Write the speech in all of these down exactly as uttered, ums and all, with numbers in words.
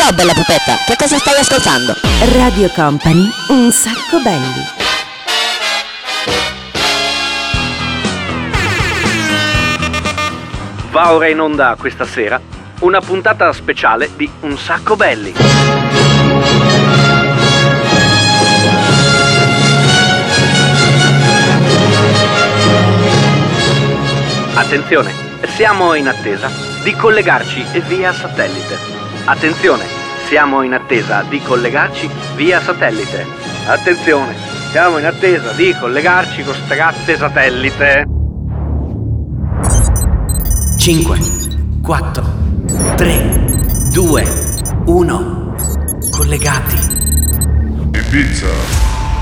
Ciao bella pupetta, che cosa stai ascoltando? Radio Company, un sacco belli. Va ora in onda questa sera una puntata speciale di Un Sacco Belli. Attenzione, siamo in attesa di collegarci via satellite. Attenzione, siamo in attesa di collegarci via satellite. Attenzione, siamo in attesa di collegarci con sta cazzo satellite. cinque, quattro, tre, due, uno. Collegati. Ibiza.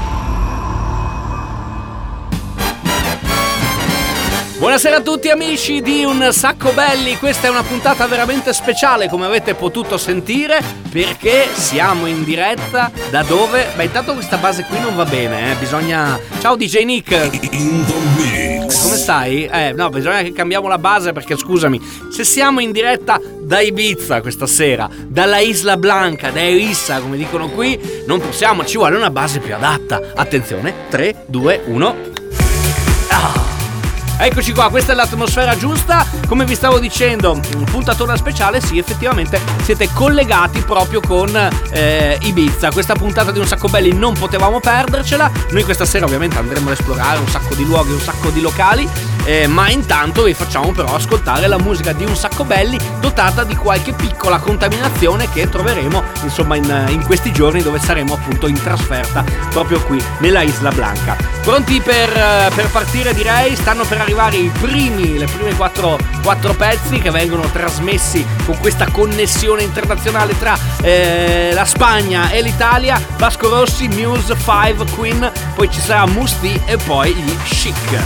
Buonasera a tutti amici di Un Sacco Belli, questa è una puntata veramente speciale come avete potuto sentire, perché siamo in diretta da dove? Beh, intanto questa base qui non va bene, eh? Bisogna... Ciao D J Nick. In the mix. Come stai? Eh, no, bisogna che cambiamo la base perché scusami, se siamo in diretta da Ibiza questa sera, dalla Isla Blanca, da Ibiza come dicono qui, non possiamo, ci vuole una base più adatta. Attenzione, tre, due, uno. Ah. Eccoci qua, questa è l'atmosfera giusta. Come vi stavo dicendo, puntatona speciale, sì, effettivamente siete collegati proprio con eh, Ibiza. Questa puntata di Un Sacco Belli non potevamo perdercela. Noi questa sera ovviamente andremo ad esplorare un sacco di luoghi, un sacco di locali, eh, ma intanto vi facciamo però ascoltare la musica di Un Sacco Belli, dotata di qualche piccola contaminazione che troveremo insomma in, in questi giorni, dove saremo appunto in trasferta proprio qui nella Isla Blanca. Pronti per, per partire, direi? Stanno per arrivare i primi, le prime quattro, quattro pezzi che vengono trasmessi con questa connessione internazionale tra eh, la Spagna e l'Italia. Vasco Rossi, Muse, Five, Queen, poi ci sarà Musti e poi gli Chic.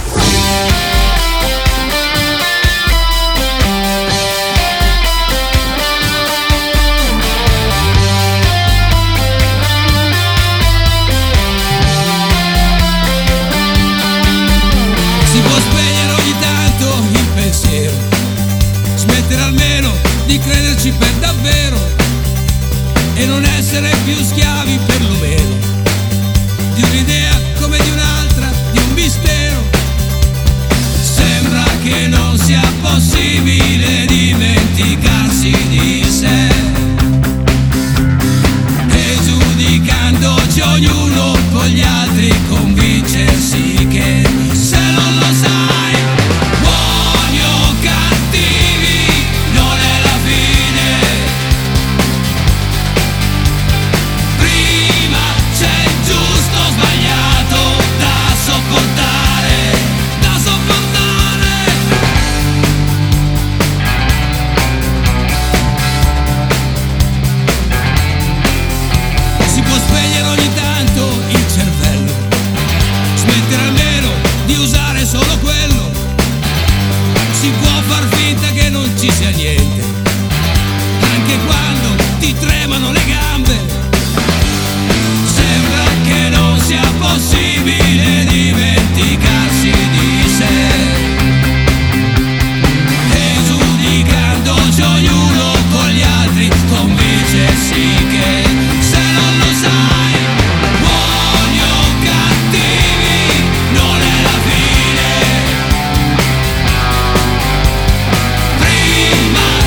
Smettere almeno di crederci per davvero e non essere più schiavi perlomeno di un'idea come di un'altra, di un mistero. Sembra che non sia possibile dimenticarsi di sé e giudicandoci ognuno con gli altri convincersi che se non lo sai ci sia niente, anche quando ti tremano le gambe. Sembra che non sia possibile dimenticarsi di sé e giudicandoci ognuno con gli altri convincersi che se non lo sai, buoni o cattivi, non è la fine. Prima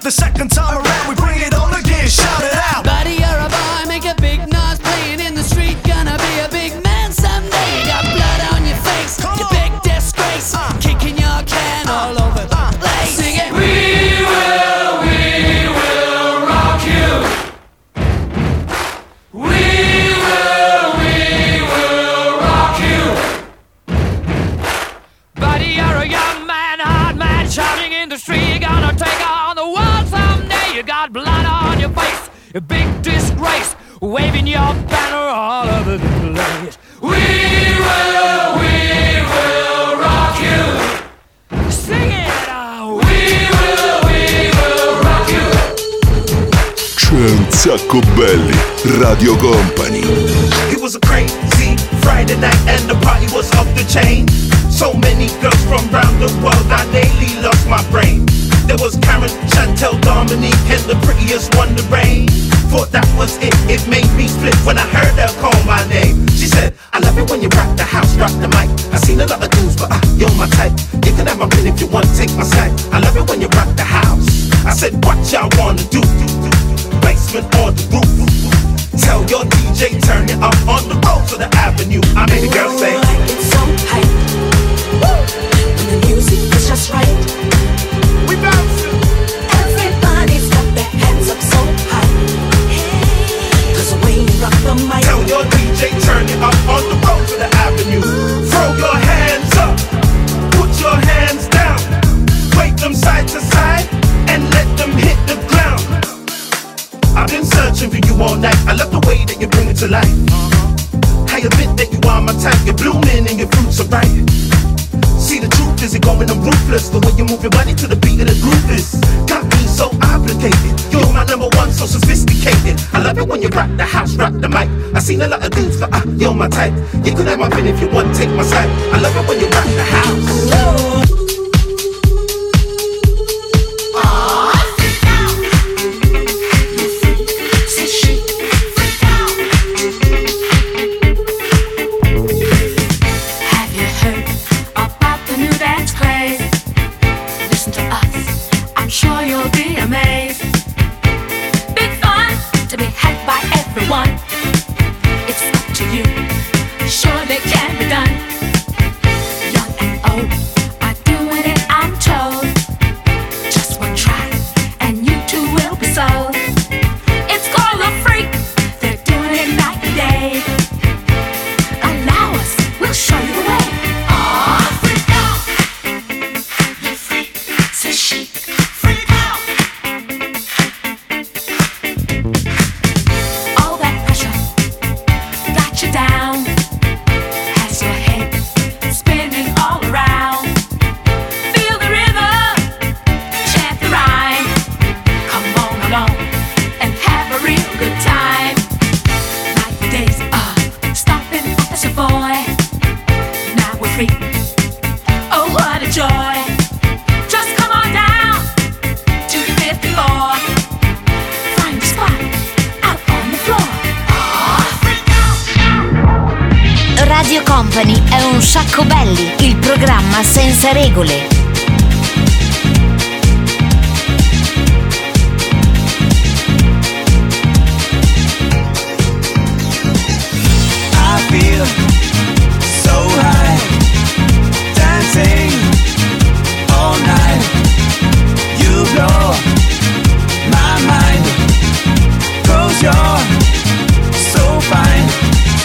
The second time around, we bring it on again, shout it out. Buddy, you're a boy, make a big noise, playing in the street, gonna be a big man someday. You got blood on your face, Come you on. big disgrace, Uh. kicking your can Uh. all over the Uh. place. Sing it. We will, we will rock you. We will, we will rock you. Buddy, you're a young man, hard man, shouting in the street, you're gonna take on the world someday. You got blood on your face, a big disgrace, waving your banner all over the place. We will, we will rock you. Sing it out. We will, we will rock you. C'è un sacco belli, Radio Company. It was a crazy Friday night and the party was off the chain. So many girls from around the world, I daily lost my brain. There was Karen, Chantel, Dominique, and the prettiest one, Lorraine. Thought that was it, it made me split when I heard her call my name. She said, I love it when you rock the house, rock the mic. I seen a lot of dudes, but uh, you're my type. You can have my pen if you want, take my side. I love it when you rock the house. I said, what y'all wanna do? Basement on the roof. Tell your D J, turn it up on the road to the avenue. I made the girl say, it's so hype. When the music is just right. we bouncing. Everybody's got their hands up so high. Cause the way you rock the mic. Tell your D J, turn it up on the road to the avenue. Throw your hands up, put your hands down. Wave them side to side and let them hit the ground. I've been searching for you all night. I love the way that you bring it to life. How you admit that you are my type. You're blooming and your fruits are right. See, the truth is, you're going, I'm ruthless. The way you move your body to the beat of the groove is got me so obligated. You're my number one, so sophisticated. I love it when you rock the house, rock the mic. I seen a lot of dudes, but uh, you're my type. You could have my pen if you want, take my side. I love it when you rock the house. Radio Company è un sacco belli, il programma senza regole. I feel so high, dancing all night. You blow my mind, 'cause you're so fine.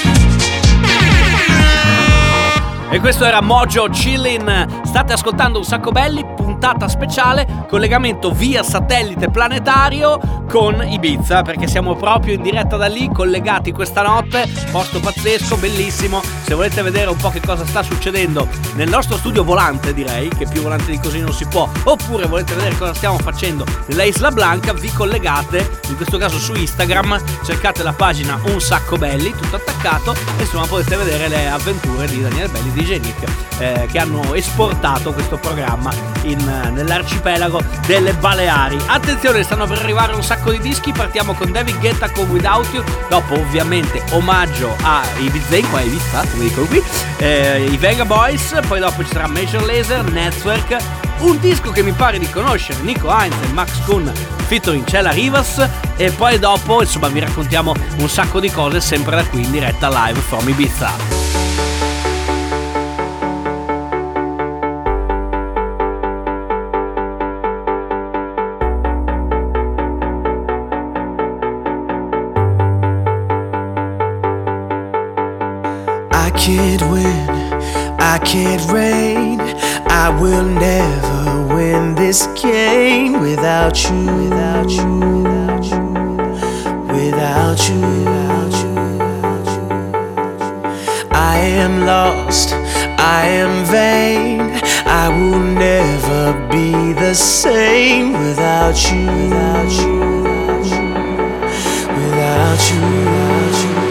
E questo era Mojo Chillin'. State ascoltando Un Sacco Belli, puntata speciale, collegamento via satellite planetario con Ibiza, perché siamo proprio in diretta da lì, collegati questa notte, posto pazzesco, bellissimo. Se volete vedere un po' che cosa sta succedendo nel nostro studio volante, direi che più volante di così non si può, oppure volete vedere cosa stiamo facendo nella Isla Blanca, vi collegate, in questo caso su Instagram, cercate la pagina Un Sacco Belli, tutto attaccato, e insomma potete vedere le avventure di Daniele Belli, di D J Nick, eh, che hanno esportato questo programma in, nell'arcipelago delle Baleari. Attenzione, stanno per arrivare un sacco di dischi. Partiamo con David Guetta con Without You, dopo ovviamente omaggio a Ibiza, qua Ibiza come dicono qui, eh, i Vega Boys, poi dopo ci sarà Major Lazer, Network, un disco che mi pare di conoscere, Nico Heinz e Max Kuhn featuring Cella Rivas, e poi dopo insomma vi raccontiamo un sacco di cose sempre da qui in diretta live from Ibiza. I can't win, I can't reign, I will never win this game without you, without you, without you, without you, without you, without you. I am lost, I am vain, I will never be the same without you, without you, without you, without you, without you.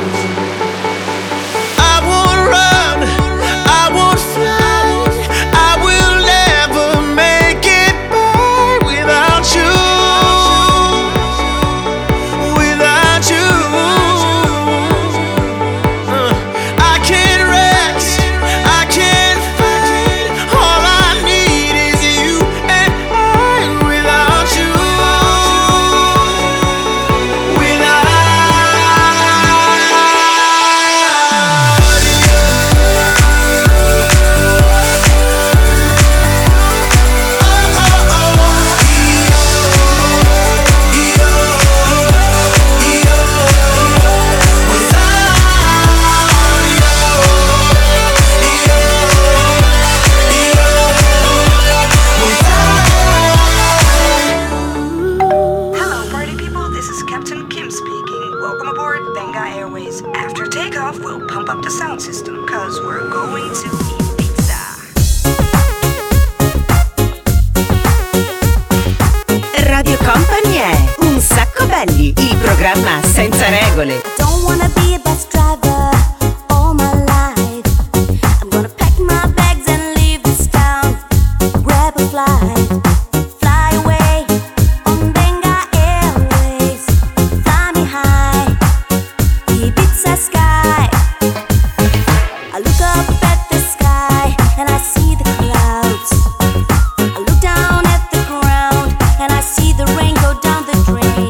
Il programma senza regole. Don't wanna be a bus driver all my life. I'm gonna pack my bags and leave this town. Grab a flight, fly away on Benga Airways. Fly me high, Ibiza sky. I look up at the sky and I see the clouds. I look down at the ground and I see the rain go down the drain.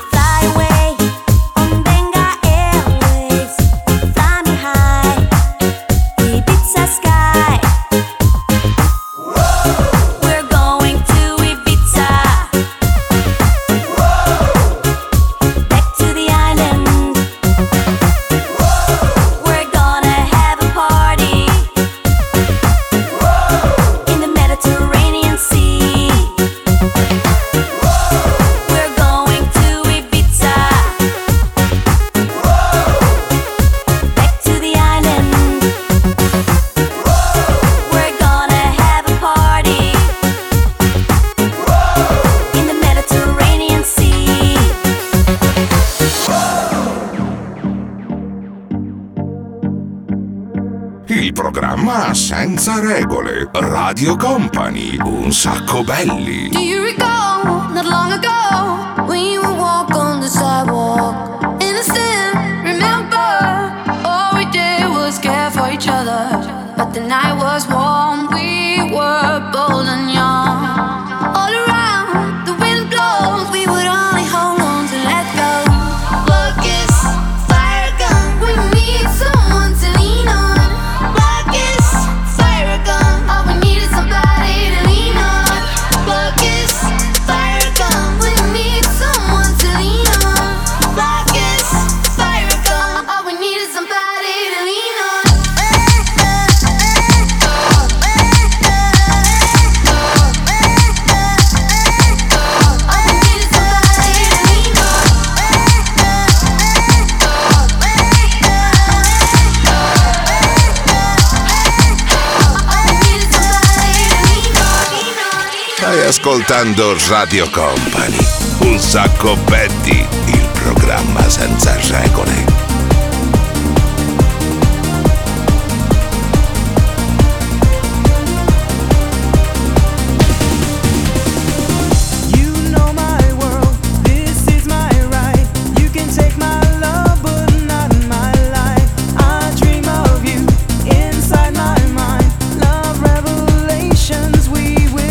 Senza regole, Radio Company, un sacco belli. Do you recall, not long ago, when you would walk on the sidewalk? Innocent, remember, all we did was care for each other. But the night was warm, we were bold and young. All around, the wind blows, we would only hold on to let go. Blood kiss, fire gun, we need someone to lean on. All we need is somebody to lean on. Blood kiss, fire gun. We need someone to lean on. Blood kiss, fire gun. All we need is somebody to lean on. Stai ascoltando Radio Company, un sacco belli, il programma senza regole. We will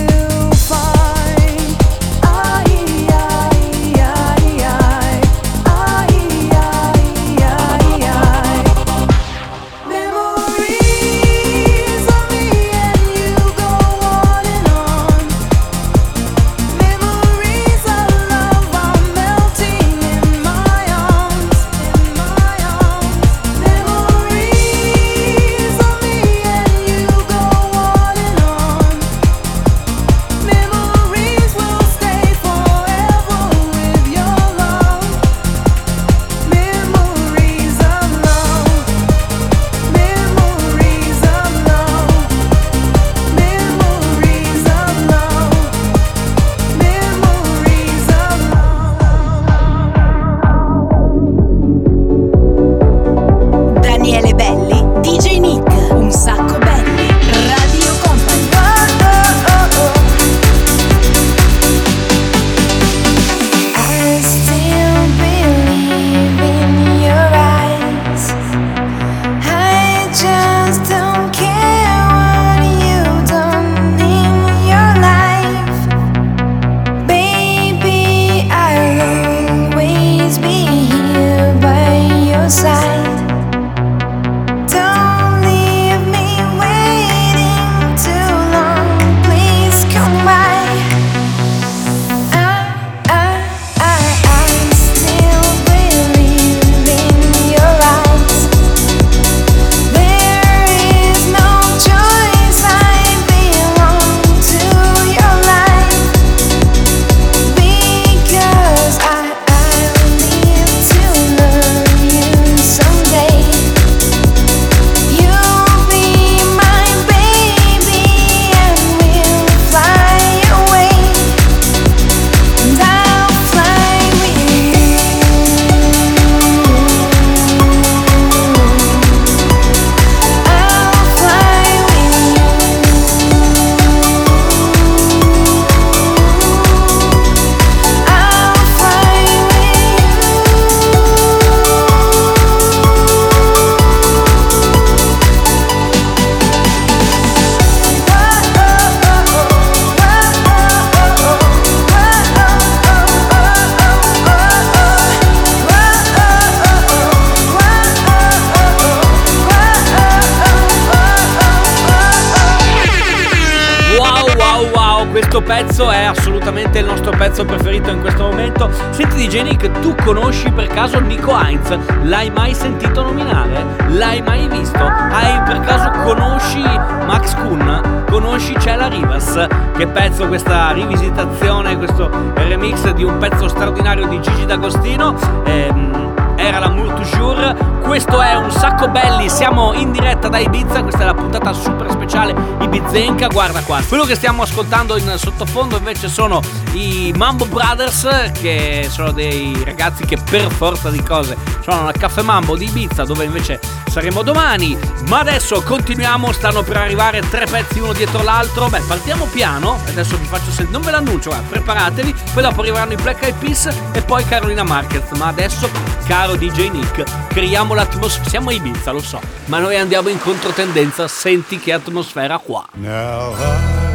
Wow wow, questo pezzo è assolutamente il nostro pezzo preferito in questo momento. Senti D J Nick, tu conosci per caso Nico Heinz? L'hai mai sentito nominare? L'hai mai visto? Hai per caso conosci Max Kuhn? Conosci Cela Rivas? Che pezzo, questa rivisitazione, questo remix di un pezzo straordinario di Gigi D'Agostino. Ehm, era l'amour toujours. Questo è Un Sacco Belli, siamo in diretta da Ibiza, questa è la puntata super speciale ibizenca. Guarda qua, quello che stiamo ascoltando in sottofondo invece sono i Mambo Brothers, che sono dei ragazzi che per forza di cose sono al Caffè Mambo di Ibiza, dove invece saremo domani. Ma adesso continuiamo, stanno per arrivare tre pezzi uno dietro l'altro. Beh, partiamo piano, adesso vi faccio sentire, non ve l'annuncio, guarda, preparatevi, poi dopo arriveranno i Black Eyed Peas e poi Carolina Marquez. Ma adesso, caro D J Nick, creiamo l'atmosfera. Siamo a Ibiza, lo so, ma noi andiamo in controtendenza. Senti che atmosfera qua. Now I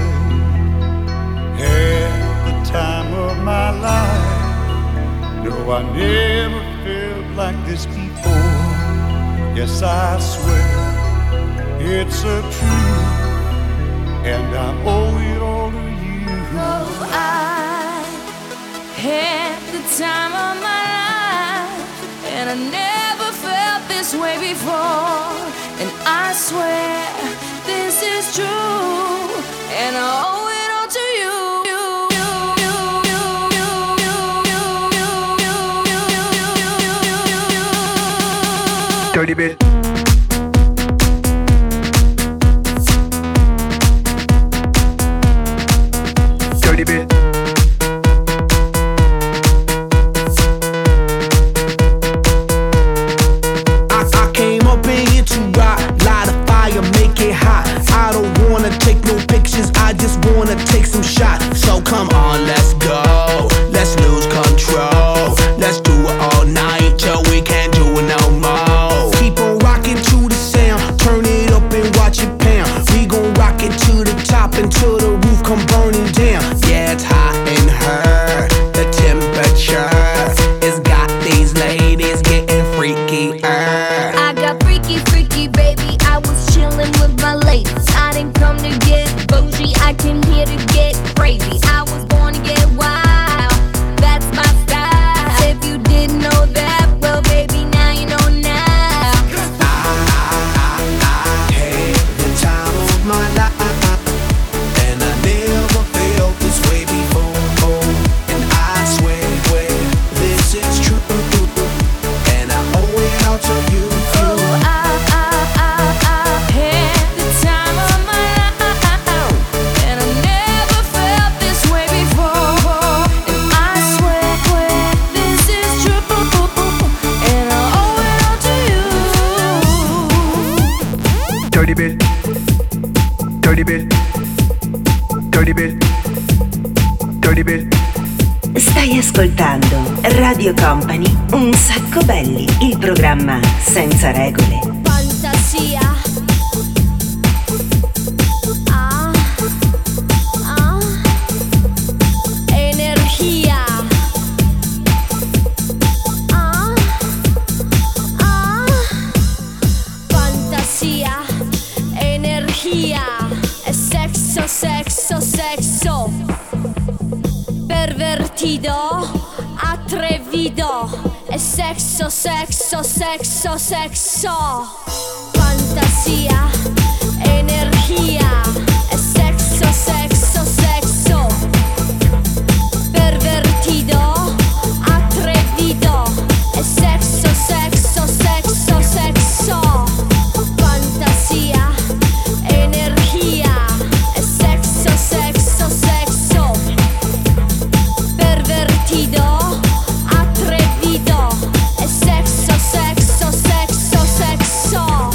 had the time of my life. No, I never felt like this before. Yes, I swear it's a truth, and I owe it all to you. Oh, I had the time of my life, and I never felt this way before. And I swear this is true, and I owe it all to you. Dirty bit. Dirty bit. I, I came up in here to rock, light a fire, make it hot. I don't wanna take no pictures, I just wanna take some shots. So come on, let's go, let's lose control. Let's do it all night till we can't do it no more. Keep on rocking to the sound, turn it up and watch it pound. We gon' rock it to the top until the roof come burning down. Yeah, it's hot in her, the temperature has got these ladies getting freaky. I got freaky, freaky, baby. I was chillin' with my ladies. I didn't come to get bougie, I came here to get crazy. I was born to get wild, that's my style. If you didn't know that, well, baby, now you know now. I had the time of my life, and I never felt this way before. And I swear, swear, this is true, and I owe it all to you. Oh, I, I, I, I had the time of my life, and I never felt this way before. And I swear, swear, this is true, and I owe it all to you. Dirty bit. Dirty bit. Dirty bit. Dirty bit. Stai ascoltando Radio Company, Un Sacco Belli, il programma senza regole. Fantasia. Ah, ah. Energia. Ah, ah. Fantasia. Energia. E sexo, sexo, sexo. Pervertido, atrevido. E sexo, sexo, sexo, sexo. Fantasia, energia. E sexo, sexo, sexo. Pervertido, atrevido. E sexo, sexo, sexo, sexo. Fantasia, energia. E sexo, sexo, sexo. Pervertido, atrevido. E sexo, sexo, sexo, sexo.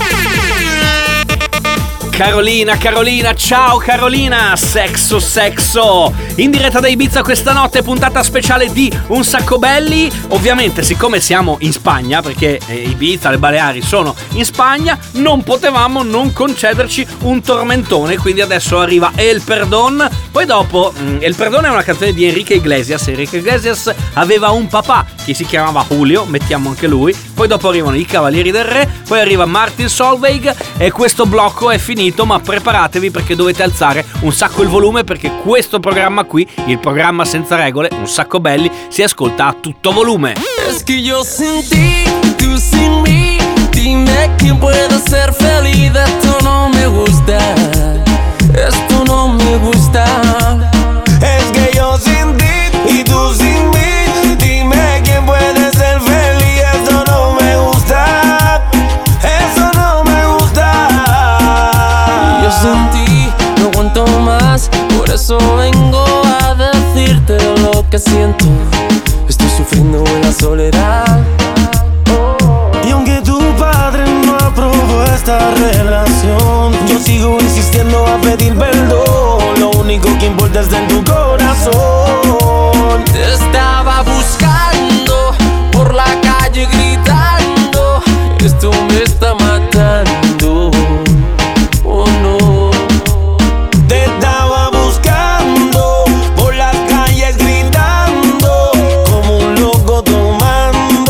Carolina, Carolina, ciao Carolina, sexo, sexo, in diretta da Ibiza questa notte, puntata speciale di Un Sacco Belli. Ovviamente, siccome siamo in Spagna, perché eh, Ibiza, le Baleari sono in Spagna, non potevamo non concederci un tormentone, quindi adesso arriva El Perdón, Poi dopo mh, El Perdón è una canzone di Enrique Iglesias. Enrique Iglesias aveva un papà che si chiamava Julio, mettiamo anche lui. Poi dopo arrivano i Cavalieri del Re, poi arriva Martin Solveig e questo blocco è finito, ma preparatevi perché dovete alzare un sacco il volume, perché questo programma qui, il programma senza regole, Un Sacco Belli, si ascolta a tutto volume. Es que yo sin ti, tú sin mí, dime quién puede ser feliz. Esto no me gusta, esto no me gusta. Es que yo sin ti y tú sin mí, dime quién puede ser feliz. Esto no me gusta, eso no me gusta. Yo sin ti no aguanto más, por eso vengo a decirte lo que siento. Estoy sufriendo en la soledad. Y aunque tu padre no aprobó esta relación, yo sigo insistiendo a pedir perdón. Lo único que importa es en tu corazón. Te estaba buscando por la calle gritando, esto me está matando. Oh no. Te estaba buscando por las calles gritando, como un loco tomando.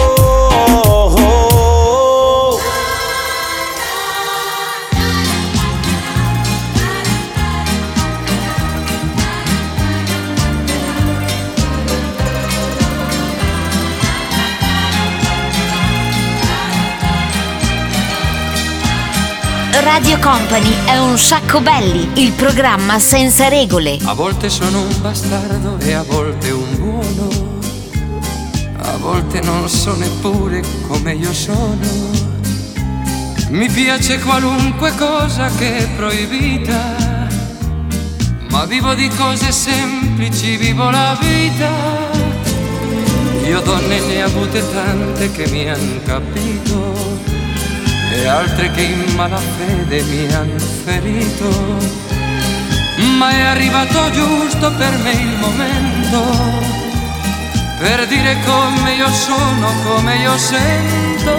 Radio Company è Un Sacco Belli, il programma senza regole. A volte sono un bastardo e a volte un buono. A volte non so neppure come io sono. Mi piace qualunque cosa che è proibita, ma vivo di cose semplici, vivo la vita. Io donne ne ho avute tante che mi han capito e altre che in malafede mi hanno ferito, ma è arrivato giusto per me il momento per dire come io sono, come io sento.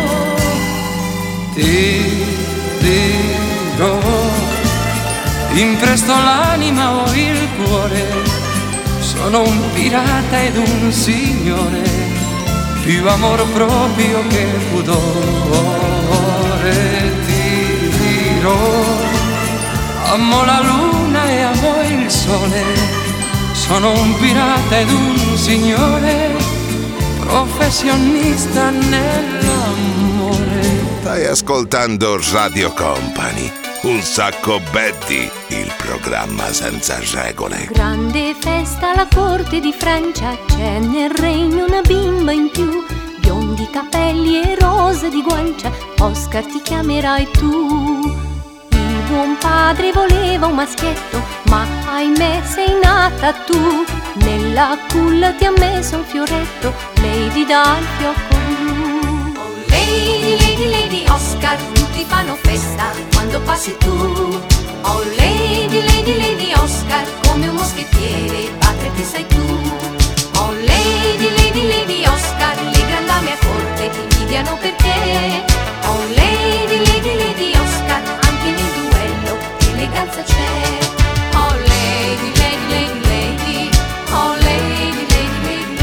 Ti dirò, impresto l'anima o il cuore, sono un pirata ed un signore, più amor proprio che pudore. Ti dirò, amo la luna e amo il sole, sono un pirata ed un signore, professionista nell'amore. Stai ascoltando Radio Company, Un Sacco Belli, il programma senza regole. Grande festa alla corte di Francia, c'è nel regno una bimba in più, biondi capelli e rose di guancia, Oscar ti chiamerai tu. Il buon padre voleva un maschietto, ma ahimè sei nata tu. Nella culla ti ha messo un fioretto, Lady dal fiocco blu. Oh Lady, Lady, Lady Oscar, tutti fanno festa quando passi tu. Oh Lady, Lady, Lady Oscar, come un moschettiere battere sei tu. Oh Lady, Lady, Lady Oscar, le grandi dame a corte ti invidiano per te. Oh Lady, Lady, Lady Oscar, anche nel duello eleganza c'è. Oh Lady, Lady, Lady, Lady, oh Lady, Lady, Lady,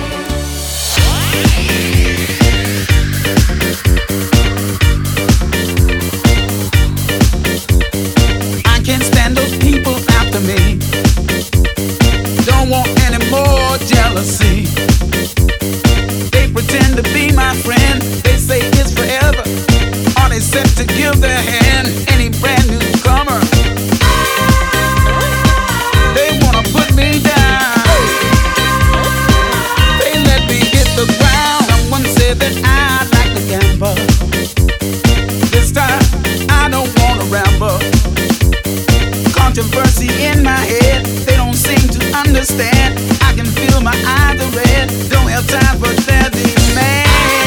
I can't stand those people after me. Don't want any more jealousy. They pretend to be my friend. They say it's forever. Are they set to give their hand? Any brand newcomer, they wanna put me down. They let me hit the ground. Someone said that I'd like to gamble. This time I don't wanna ramble. Controversy in my head, they don't seem to understand. I can feel my eyes are red, don't have time for their demand.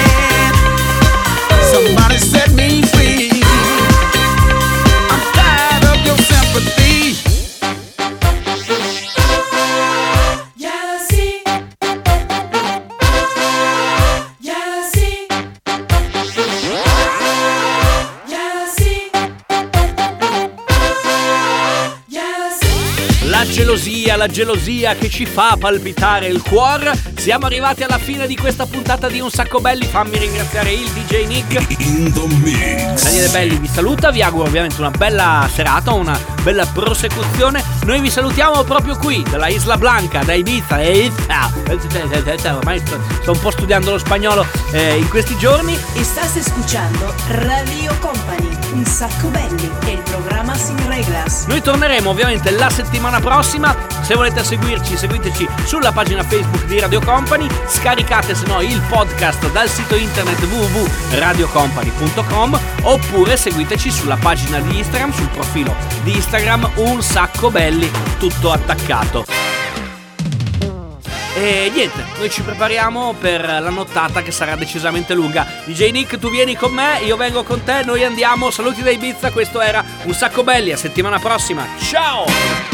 Somebody set me free. I'm tired of your sympathy. Jealousy, jealousy, jealousy, jealousy. La gelosia, la gelosia che ci fa palpitare il cuore. Siamo arrivati alla fine di questa puntata di Un Sacco Belli. Fammi ringraziare il D J Nick In the mix. Daniele Belli vi saluta, vi auguro ovviamente una bella serata, una bella prosecuzione. Noi vi salutiamo proprio qui, dalla Isla Blanca, da Ibiza. Ormai sto, sto un po' studiando lo spagnolo eh, in questi giorni. Estás escuchando Radio Company, Un Sacco Belli, el programa sin reglas. Noi torneremo ovviamente la settimana prossima. Se volete seguirci, seguiteci sulla pagina Facebook di Radio Company. Scaricate se no il podcast dal sito internet w w w punto radio company punto com, oppure seguiteci sulla pagina di Instagram, sul profilo di Instagram Un Sacco Belli, tutto attaccato. E niente, noi ci prepariamo per la nottata che sarà decisamente lunga. D J Nick, tu vieni con me, io vengo con te, noi andiamo. Saluti da Ibiza, questo era Un Sacco Belli, a settimana prossima. Ciao!